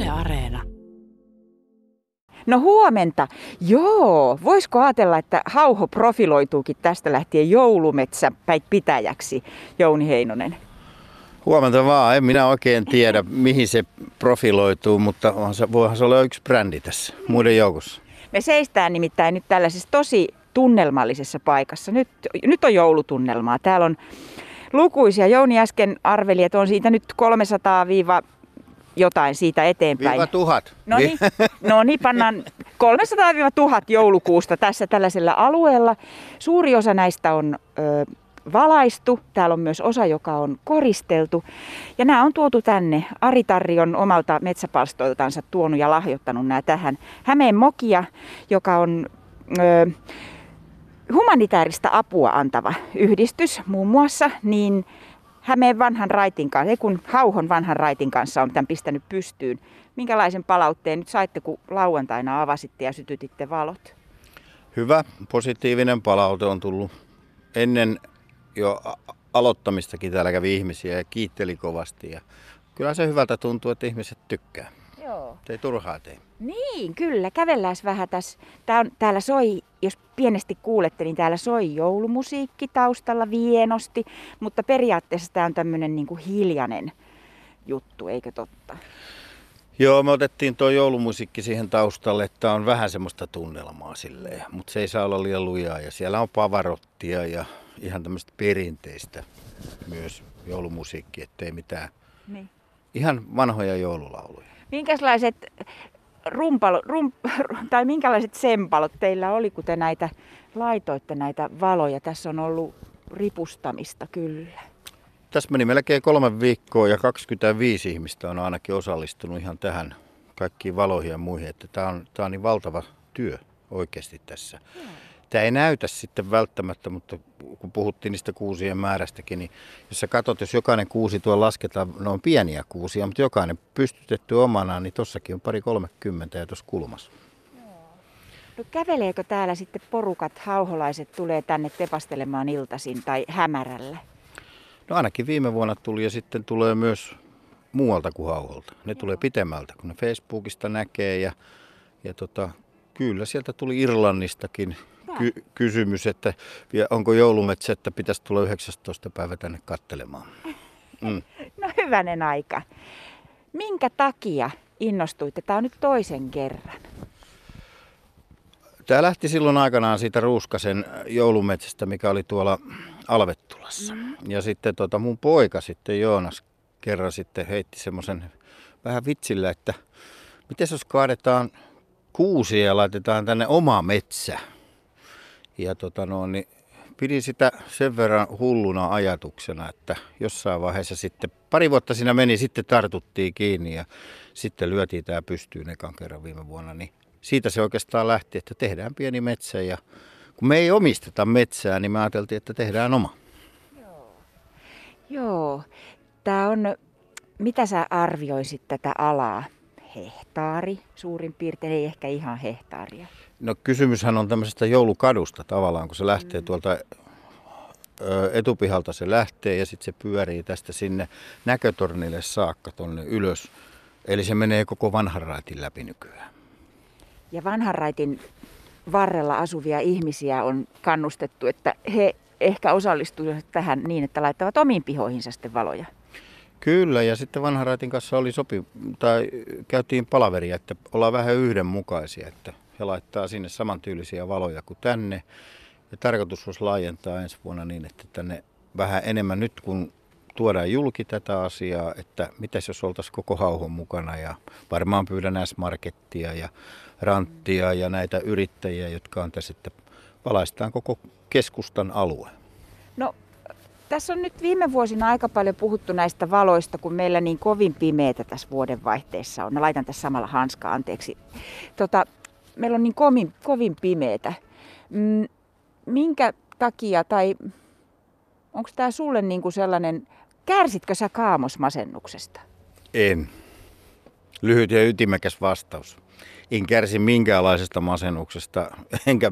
Yle Areena. No huomenta. Joo, voisiko ajatella, että Hauho profiloituukin tästä lähtien joulumetsäpitäjäksi, Jouni Heinonen? Huomenta vaan. En minä oikein tiedä, mihin se profiloituu, mutta voihan se olla yksi brändi tässä muiden joukossa. Me seistään nimittäin nyt tällaisessa tosi tunnelmallisessa paikassa. Nyt on joulutunnelmaa. Täällä on lukuisia. Jouni äsken arveli, että on siitä nyt 300 jotain siitä eteenpäin. Viiva 1000. No niin, pannaan 300-1000 joulukuusta tässä tällaisella alueella. Suuri osa näistä on valaistu. Täällä on myös osa, joka on koristeltu. Ja nämä on tuotu tänne. Ari Tarri on omalta metsäpalstoiltansa tuonut ja lahjoittanut nämä tähän. Hämeen Mokia, joka on humanitaarista apua antava yhdistys muun muassa, niin Hämeen vanhan raitin kanssa, kun Hauhon vanhan raitin kanssa on tämän pistänyt pystyyn. Minkälaisen palautteen nyt saitte, kun lauantaina avasitte ja sytytitte valot? Hyvä, positiivinen palaute on tullut. Ennen jo aloittamistakin täällä kävi ihmisiä ja kiitteli kovasti. Ja kyllä se hyvältä tuntuu, että ihmiset tykkää. Joo. Ei turhaa tee. Niin, kyllä. Kävellään vähän tässä. Täällä soi, jos pienesti kuulette, niin täällä soi joulumusiikki taustalla vienosti. Mutta periaatteessa tämä on tämmöinen niin kuin hiljainen juttu, eikö totta? Joo, me otettiin tuo joulumusiikki siihen taustalle, että on vähän semmoista tunnelmaa silleen. Mutta se ei saa olla liian lujaa ja siellä on Pavarottia ja ihan tämmöistä perinteistä myös joulumusiikki, ettei mitään. Niin. Ihan vanhoja joululauluja. Minkälaiset minkälaiset sempalot teillä oli, kun te näitä laitoitte näitä valoja? Tässä on ollut ripustamista kyllä. Tässä meni melkein 3 viikkoa ja 25 ihmistä on ainakin osallistunut ihan tähän kaikkiin valoihin ja muihin. Että tämä on niin valtava työ oikeasti tässä. Tämä ei näytä sitten välttämättä, mutta kun puhuttiin niistä kuusien määrästäkin, niin jos sä katsot, jos jokainen kuusi tuolla lasketaan, ne on pieniä kuusia, mutta jokainen pystytetty omanaan, niin tossakin on 230 ja tuossa kulmassa. No käveleekö täällä sitten porukat, hauholaiset tulee tänne tepastelemaan iltaisin tai hämärällä? No ainakin viime vuonna tuli ja sitten tulee myös muualta kuin Hauholta. Ne tulee pitemmältä, kun ne Facebookista näkee ja kyllä sieltä tuli Irlannistakin kysymys, että onko joulumetsä, että pitäisi tulla 19. päivä tänne katselemaan. No hyvänen aika. Minkä takia innostuitte? Tämä on nyt toisen kerran. Tämä lähti silloin aikanaan siitä Ruuskasen joulumetsästä, mikä oli tuolla Alvettulassa. Ja sitten mun poika sitten Joonas kerran sitten heitti semmoisen vähän vitsillä, että miten jos kaadetaan kuusia ja laitetaan tänne oma metsä. Ja niin pidin sitä sen verran hulluna ajatuksena, että jossain vaiheessa sitten, pari vuotta siinä meni, sitten tartuttiin kiinni ja sitten lyötiin tämä pystyyn ekan kerran viime vuonna. Niin siitä se oikeastaan lähti, että tehdään pieni metsä ja kun me ei omisteta metsää, niin me ajateltiin, että tehdään oma. Joo. Tämä on, mitä sä arvioisit tätä alaa? Hehtaari suurin piirtein, ei ehkä ihan hehtaaria. No kysymyshän on tämmöisestä joulukadusta tavallaan, kun se lähtee tuolta etupihalta se lähtee ja sitten se pyörii tästä sinne näkötornille saakka tonne ylös. Eli se menee koko vanhan raitin läpi nykyään. Ja vanhan raitin varrella asuvia ihmisiä on kannustettu, että he ehkä osallistuisivat tähän niin, että laittavat omiin pihoihinsa sitten valoja. Kyllä, ja sitten vanhan raitin kanssa oli käytiin palaveria, että ollaan vähän yhdenmukaisia, että he laittaa sinne samantyylisiä valoja kuin tänne. Ja tarkoitus olisi laajentaa ensi vuonna niin, että tänne vähän enemmän nyt kun tuodaan julki tätä asiaa, että mitäs jos oltaisiin koko Hauhon mukana ja varmaan pyydän S-Markettia ja Ranttia ja näitä yrittäjiä, jotka on tässä, että valaistaan koko keskustan alue. No, tässä on nyt viime vuosina aika paljon puhuttu näistä valoista, kun meillä niin kovin pimeätä tässä vuodenvaihteessa on. Mä laitan tässä samalla hanskaa, anteeksi. Meillä on niin kovin pimeätä. Minkä takia, tai onko tämä sulle niin kuin sellainen, kärsitkö sä kaamosmasennuksesta? En. Lyhyt ja ytimekäs vastaus. En kärsi minkäänlaisesta masennuksesta, enkä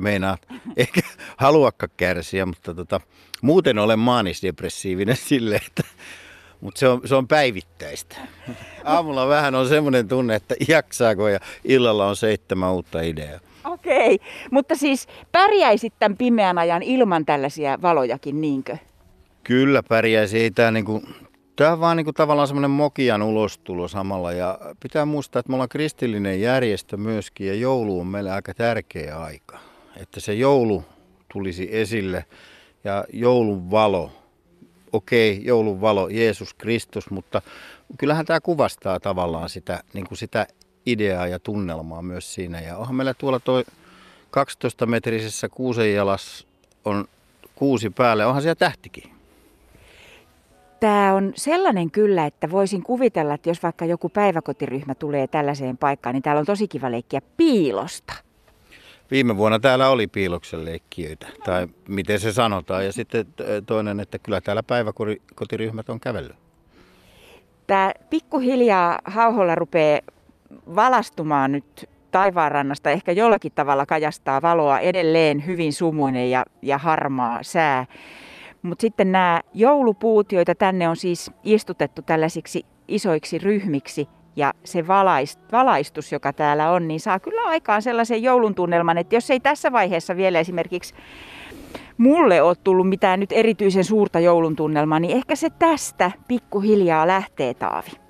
haluakaan kärsiä, mutta muuten olen maanisdepressiivinen silleen, että mutta se on päivittäistä. Aamulla vähän on semmoinen tunne, että jaksaako ja illalla on 7 uutta ideaa. Okei, mutta siis pärjäisit tämän pimeän ajan ilman tällaisia valojakin, niinkö? Kyllä pärjäisi. Ei tää tää on vaan tavallaan semmoinen Mokian ulostulo samalla. Ja pitää muistaa, että me ollaan kristillinen järjestö myöskin ja joulu on meille aika tärkeä aika. Että se joulu tulisi esille ja joulun valo. Okei, joulun valo, Jeesus Kristus, mutta kyllähän tämä kuvastaa tavallaan sitä ideaa ja tunnelmaa myös siinä. Ja onhan meillä tuolla toi 12-metrisessä kuusenjalas on kuusi päälle, onhan siellä tähtikin. Tämä on sellainen kyllä, että voisin kuvitella, että jos vaikka joku päiväkotiryhmä tulee tällaiseen paikkaan, niin täällä on tosi kiva leikkiä piilosta. Viime vuonna täällä oli piiloksen leikkijöitä, tai miten se sanotaan. Ja sitten toinen, että kyllä täällä päiväkotiryhmät on kävellyt. Tämä pikkuhiljaa Hauholla rupeaa valastumaan nyt taivaanrannasta. Ehkä jollakin tavalla kajastaa valoa, edelleen hyvin sumuinen ja harmaa sää. Mutta sitten nämä joulupuut, joita tänne on siis istutettu tällaisiksi isoiksi ryhmiksi, ja se valaistus, joka täällä on, niin saa kyllä aikaan sellaisen joulun tunnelman, että jos ei tässä vaiheessa vielä esimerkiksi mulle ole tullut mitään nyt erityisen suurta joulun tunnelmaa, niin ehkä se tästä pikkuhiljaa lähtee, Taavi.